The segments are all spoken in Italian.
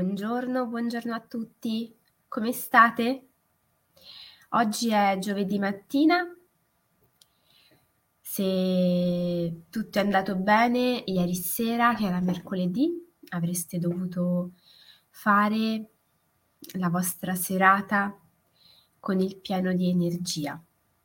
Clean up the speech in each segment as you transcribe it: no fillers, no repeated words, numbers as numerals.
Buongiorno a tutti. Come state? Oggi è giovedì mattina. Se tutto è andato bene, ieri sera, che era mercoledì, avreste dovuto fare la vostra serata con il pieno di energia.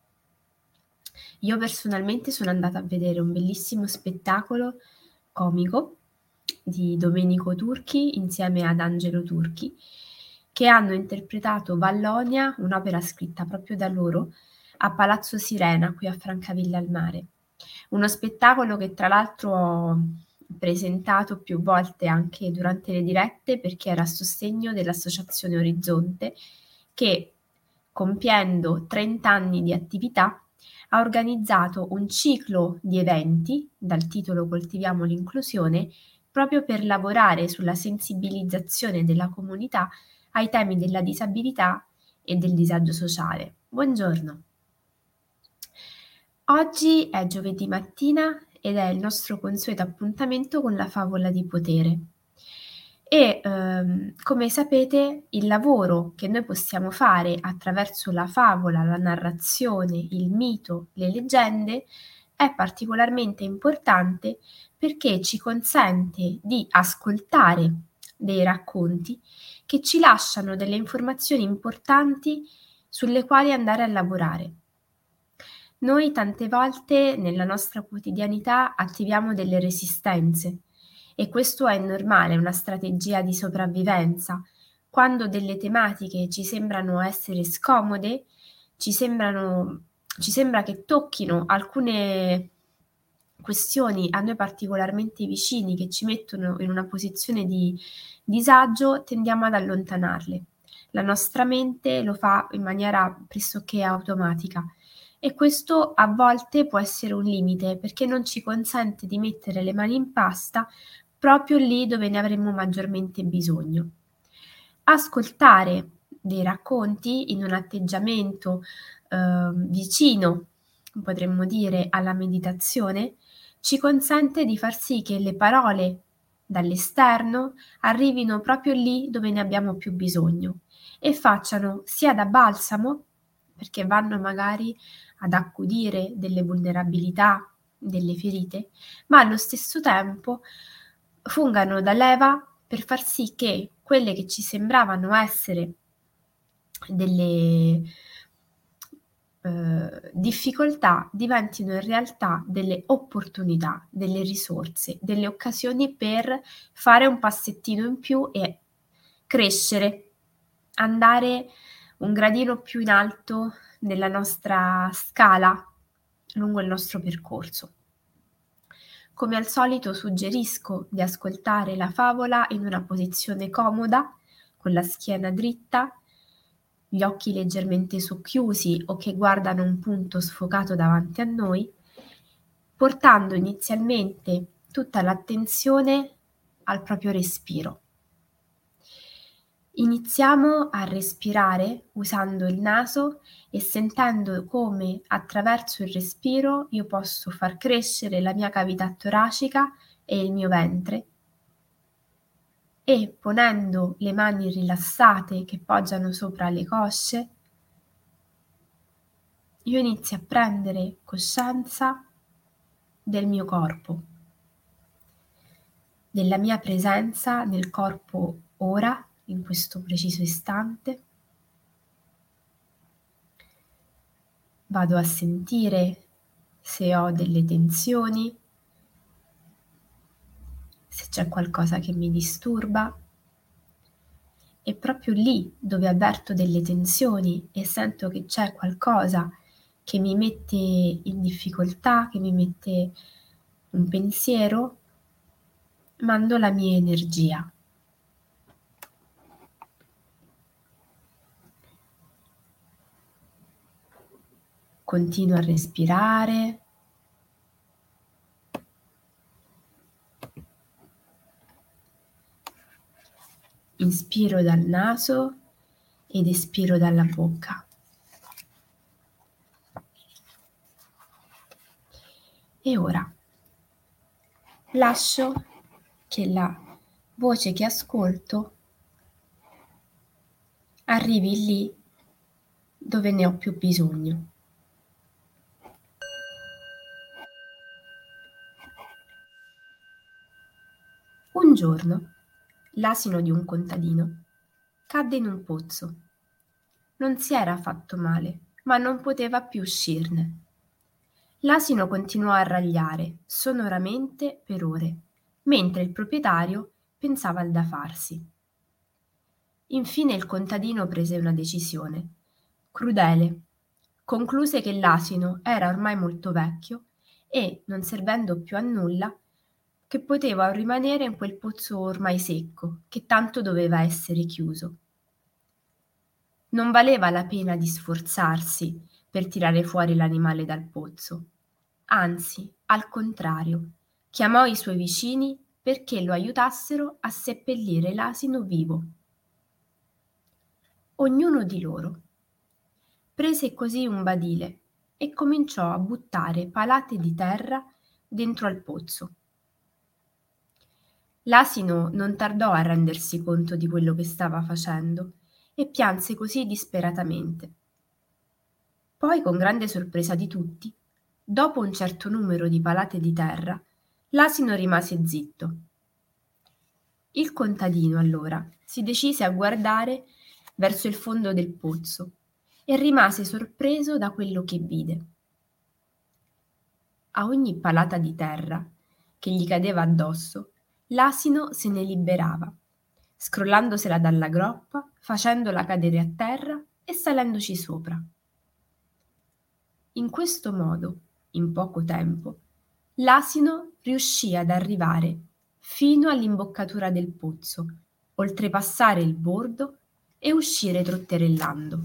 Io personalmente sono andata a vedere un bellissimo spettacolo comico di Domenico Turchi insieme ad Angelo Turchi, che hanno interpretato Vallonia, un'opera scritta proprio da loro, a Palazzo Sirena, qui a Francavilla al Mare. Uno spettacolo che tra l'altro ho presentato più volte anche durante le dirette perché era a sostegno dell'Associazione Orizzonte che, compiendo 30 anni di attività, ha organizzato un ciclo di eventi dal titolo Coltiviamo l'inclusione proprio per lavorare sulla sensibilizzazione della comunità ai temi della disabilità e del disagio sociale. Buongiorno. Oggi è giovedì mattina ed è il nostro consueto appuntamento con la favola di potere. E come sapete, il lavoro che noi possiamo fare attraverso la favola, la narrazione, il mito, le leggende è particolarmente importante perché ci consente di ascoltare dei racconti che ci lasciano delle informazioni importanti sulle quali andare a lavorare. Noi tante volte nella nostra quotidianità attiviamo delle resistenze e questo è normale, è una strategia di sopravvivenza. Quando delle tematiche ci sembrano essere scomode, ci sembra che tocchino alcune questioni a noi particolarmente vicini, che ci mettono in una posizione di disagio, tendiamo ad allontanarle. La nostra mente lo fa in maniera pressoché automatica e questo a volte può essere un limite perché non ci consente di mettere le mani in pasta proprio lì dove ne avremmo maggiormente bisogno. Ascoltare dei racconti in un atteggiamento vicino, potremmo dire, alla meditazione, ci consente di far sì che le parole dall'esterno arrivino proprio lì dove ne abbiamo più bisogno e facciano sia da balsamo, perché vanno magari ad accudire delle vulnerabilità, delle ferite, ma allo stesso tempo fungano da leva per far sì che quelle che ci sembravano essere delle difficoltà diventino in realtà delle opportunità, delle risorse, delle occasioni per fare un passettino in più e crescere, andare un gradino più in alto nella nostra scala lungo il nostro percorso. Come al solito suggerisco di ascoltare la favola in una posizione comoda, con la schiena dritta, gli occhi leggermente socchiusi o che guardano un punto sfocato davanti a noi, portando inizialmente tutta l'attenzione al proprio respiro. Iniziamo a respirare usando il naso e sentendo come attraverso il respiro io posso far crescere la mia cavità toracica e il mio ventre e ponendo le mani rilassate che poggiano sopra le cosce, io inizio a prendere coscienza del mio corpo, della mia presenza nel corpo ora, in questo preciso istante. Vado a sentire se ho delle tensioni, se c'è qualcosa che mi disturba. E proprio lì dove avverto delle tensioni e sento che c'è qualcosa che mi mette in difficoltà, che mi mette un pensiero, mando la mia energia. Continuo a respirare. Inspiro dal naso ed espiro dalla bocca. E ora lascio che la voce che ascolto arrivi lì dove ne ho più bisogno. Un giorno, l'asino di un contadino cadde in un pozzo. Non si era fatto male, ma non poteva più uscirne. L'asino continuò a ragliare sonoramente per ore, mentre il proprietario pensava al da farsi. Infine il contadino prese una decisione, crudele. Concluse che l'asino era ormai molto vecchio e, non servendo più a nulla, che poteva rimanere in quel pozzo ormai secco, che tanto doveva essere chiuso. Non valeva la pena di sforzarsi per tirare fuori l'animale dal pozzo. Anzi, al contrario, chiamò i suoi vicini perché lo aiutassero a seppellire l'asino vivo. Ognuno di loro prese così un badile e cominciò a buttare palate di terra dentro al pozzo. L'asino non tardò a rendersi conto di quello che stava facendo e pianse così disperatamente. Poi, con grande sorpresa di tutti, dopo un certo numero di palate di terra, l'asino rimase zitto. Il contadino allora si decise a guardare verso il fondo del pozzo e rimase sorpreso da quello che vide. A ogni palata di terra che gli cadeva addosso, l'asino se ne liberava, scrollandosela dalla groppa, facendola cadere a terra e salendoci sopra. In questo modo, in poco tempo, l'asino riuscì ad arrivare fino all'imboccatura del pozzo, oltrepassare il bordo e uscire trotterellando.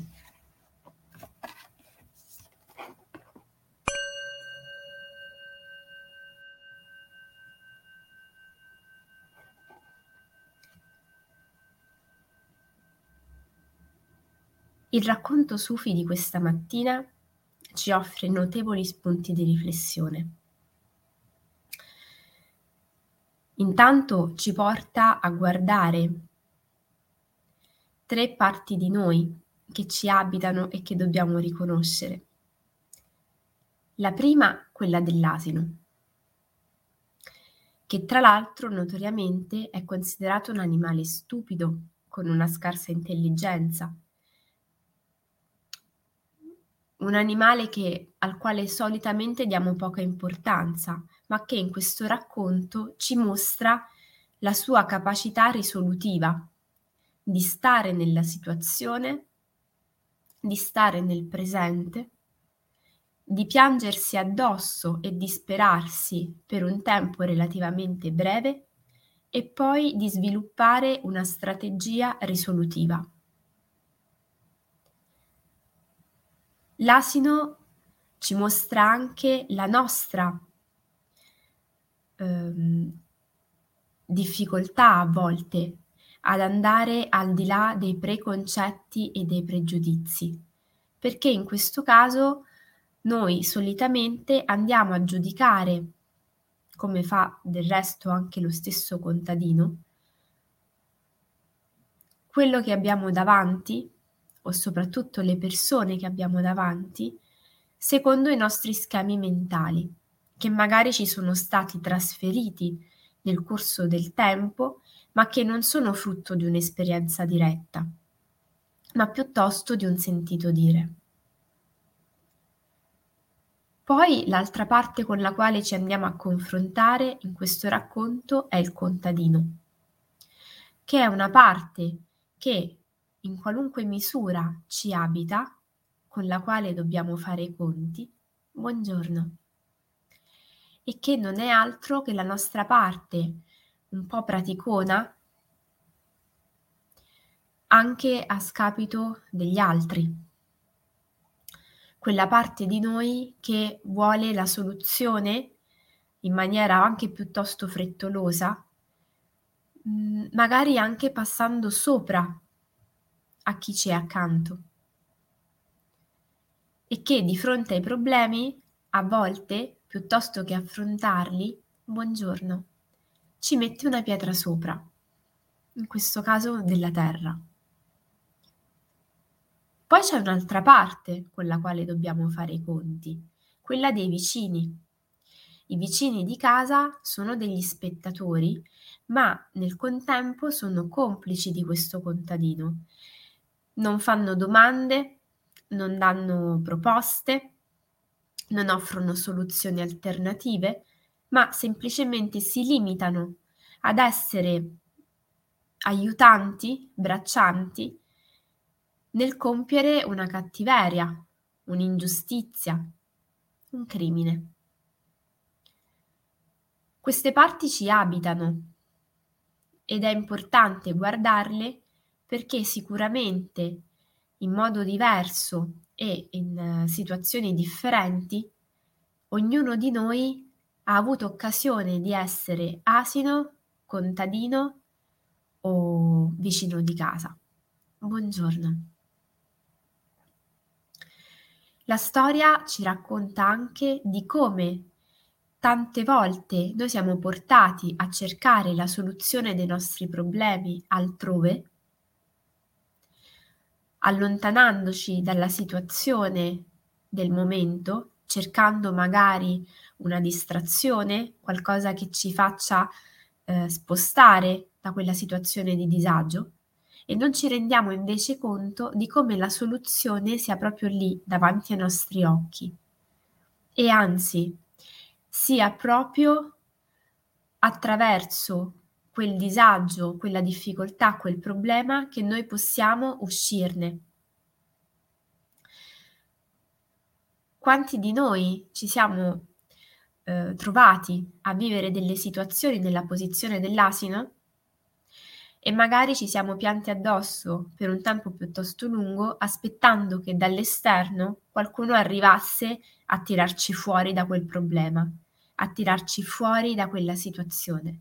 Il racconto Sufi di questa mattina ci offre notevoli spunti di riflessione. Intanto ci porta a guardare 3 parti di noi che ci abitano e che dobbiamo riconoscere. La prima, quella dell'asino, che tra l'altro notoriamente è considerato un animale stupido, con una scarsa intelligenza, un animale al quale solitamente diamo poca importanza, ma che in questo racconto ci mostra la sua capacità risolutiva di stare nella situazione, di stare nel presente, di piangersi addosso e disperarsi per un tempo relativamente breve e poi di sviluppare una strategia risolutiva. L'asino ci mostra anche la nostra difficoltà a volte ad andare al di là dei preconcetti e dei pregiudizi, perché in questo caso noi solitamente andiamo a giudicare, come fa del resto anche lo stesso contadino, quello che abbiamo davanti, o soprattutto le persone che abbiamo davanti, secondo i nostri schemi mentali, che magari ci sono stati trasferiti nel corso del tempo, ma che non sono frutto di un'esperienza diretta, ma piuttosto di un sentito dire. Poi l'altra parte con la quale ci andiamo a confrontare in questo racconto è il contadino, che è una parte che in qualunque misura ci abita, con la quale dobbiamo fare i conti, buongiorno, e che non è altro che la nostra parte un po' praticona, anche a scapito degli altri. Quella parte di noi che vuole la soluzione in maniera anche piuttosto frettolosa, magari anche passando sopra a chi ci è accanto. E che di fronte ai problemi, a volte, piuttosto che affrontarli, buongiorno, ci mette una pietra sopra, in questo caso della terra. Poi c'è un'altra parte con la quale dobbiamo fare i conti, quella dei vicini. I vicini di casa sono degli spettatori, ma nel contempo sono complici di questo contadino. Non fanno domande, non danno proposte, non offrono soluzioni alternative, ma semplicemente si limitano ad essere aiutanti, braccianti nel compiere una cattiveria, un'ingiustizia, un crimine. Queste parti ci abitano ed è importante guardarle perché sicuramente in modo diverso e in situazioni differenti, ognuno di noi ha avuto occasione di essere asino, contadino o vicino di casa. Buongiorno. La storia ci racconta anche di come tante volte noi siamo portati a cercare la soluzione dei nostri problemi altrove, allontanandoci dalla situazione del momento, cercando magari una distrazione, qualcosa che ci faccia spostare da quella situazione di disagio e non ci rendiamo invece conto di come la soluzione sia proprio lì davanti ai nostri occhi e anzi sia proprio attraverso quel disagio, quella difficoltà, quel problema che noi possiamo uscirne. Quanti di noi ci siamo trovati a vivere delle situazioni nella posizione dell'asino e magari ci siamo pianti addosso per un tempo piuttosto lungo aspettando che dall'esterno qualcuno arrivasse a tirarci fuori da quel problema, a tirarci fuori da quella situazione.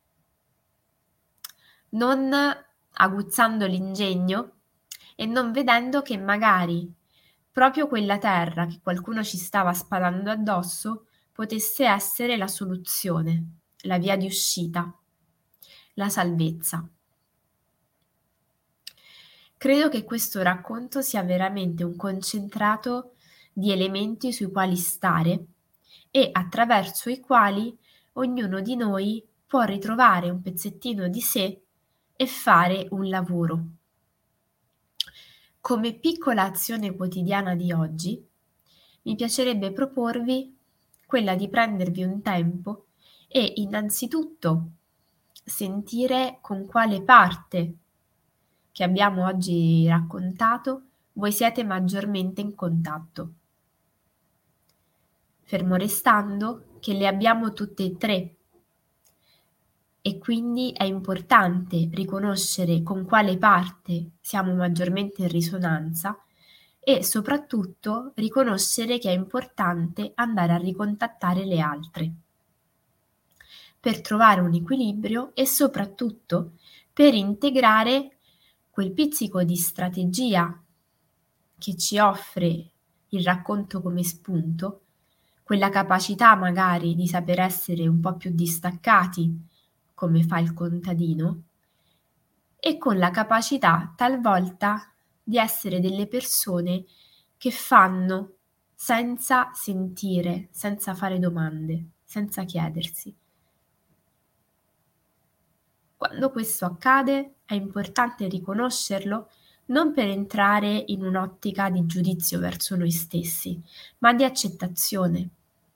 Non aguzzando l'ingegno e non vedendo che magari proprio quella terra che qualcuno ci stava spalando addosso potesse essere la soluzione, la via di uscita, la salvezza. Credo che questo racconto sia veramente un concentrato di elementi sui quali stare e attraverso i quali ognuno di noi può ritrovare un pezzettino di sé e fare un lavoro. Come piccola azione quotidiana di oggi, mi piacerebbe proporvi quella di prendervi un tempo e innanzitutto sentire con quale parte che abbiamo oggi raccontato voi siete maggiormente in contatto. Fermo restando che le abbiamo tutte e tre e quindi è importante riconoscere con quale parte siamo maggiormente in risonanza e soprattutto riconoscere che è importante andare a ricontattare le altre per trovare un equilibrio e soprattutto per integrare quel pizzico di strategia che ci offre il racconto come spunto, quella capacità magari di saper essere un po' più distaccati, come fa il contadino, e con la capacità talvolta di essere delle persone che fanno senza sentire, senza fare domande, senza chiedersi. Quando questo accade è importante riconoscerlo non per entrare in un'ottica di giudizio verso noi stessi, ma di accettazione.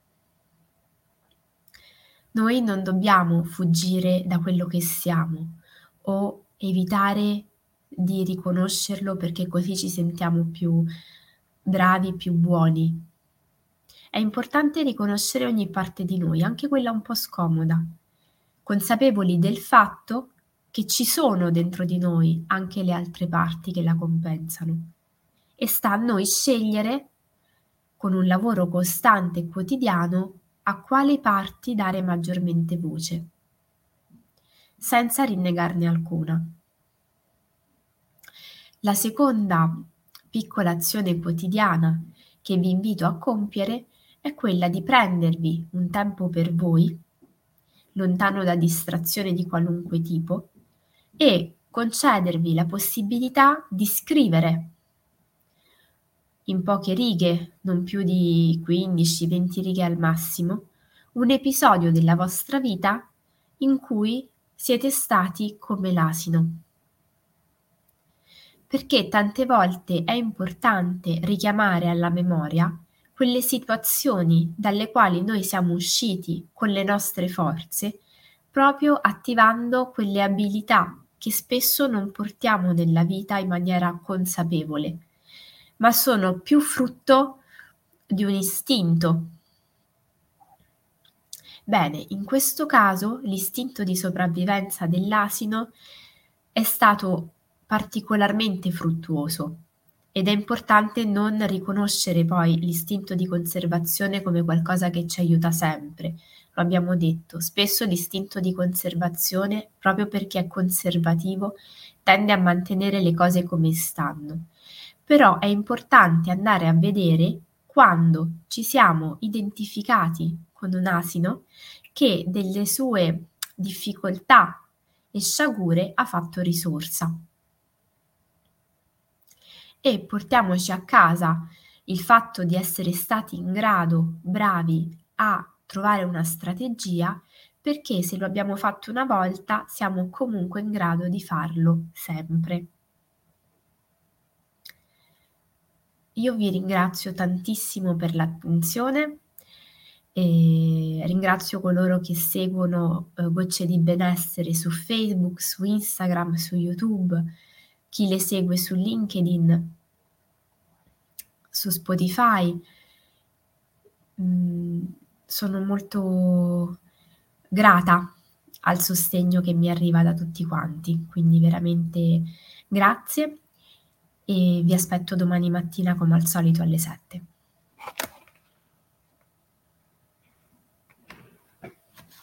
Noi non dobbiamo fuggire da quello che siamo o evitare di riconoscerlo perché così ci sentiamo più bravi, più buoni. È importante riconoscere ogni parte di noi, anche quella un po' scomoda, consapevoli del fatto che ci sono dentro di noi anche le altre parti che la compensano e sta a noi scegliere, con un lavoro costante e quotidiano, a quali parti dare maggiormente voce, senza rinnegarne alcuna. La seconda piccola azione quotidiana che vi invito a compiere è quella di prendervi un tempo per voi, lontano da distrazione di qualunque tipo, e concedervi la possibilità di scrivere in poche righe, non più di 15-20 righe al massimo, un episodio della vostra vita in cui siete stati come l'asino. Perché tante volte è importante richiamare alla memoria quelle situazioni dalle quali noi siamo usciti con le nostre forze, proprio attivando quelle abilità che spesso non portiamo nella vita in maniera consapevole, ma sono più frutto di un istinto. Bene, in questo caso l'istinto di sopravvivenza dell'asino è stato particolarmente fruttuoso ed è importante non riconoscere poi l'istinto di conservazione come qualcosa che ci aiuta sempre. Lo abbiamo detto, spesso l'istinto di conservazione, proprio perché è conservativo, tende a mantenere le cose come stanno. Però è importante andare a vedere quando ci siamo identificati con un asino che delle sue difficoltà e sciagure ha fatto risorsa. E portiamoci a casa il fatto di essere stati in grado, bravi a trovare una strategia, perché se lo abbiamo fatto una volta siamo comunque in grado di farlo sempre. Io vi ringrazio tantissimo per l'attenzione e ringrazio coloro che seguono Gocce di Benessere su Facebook, su Instagram, su YouTube, chi le segue su LinkedIn, su Spotify. Sono molto grata al sostegno che mi arriva da tutti quanti, quindi veramente grazie e vi aspetto domani mattina come al solito alle 7.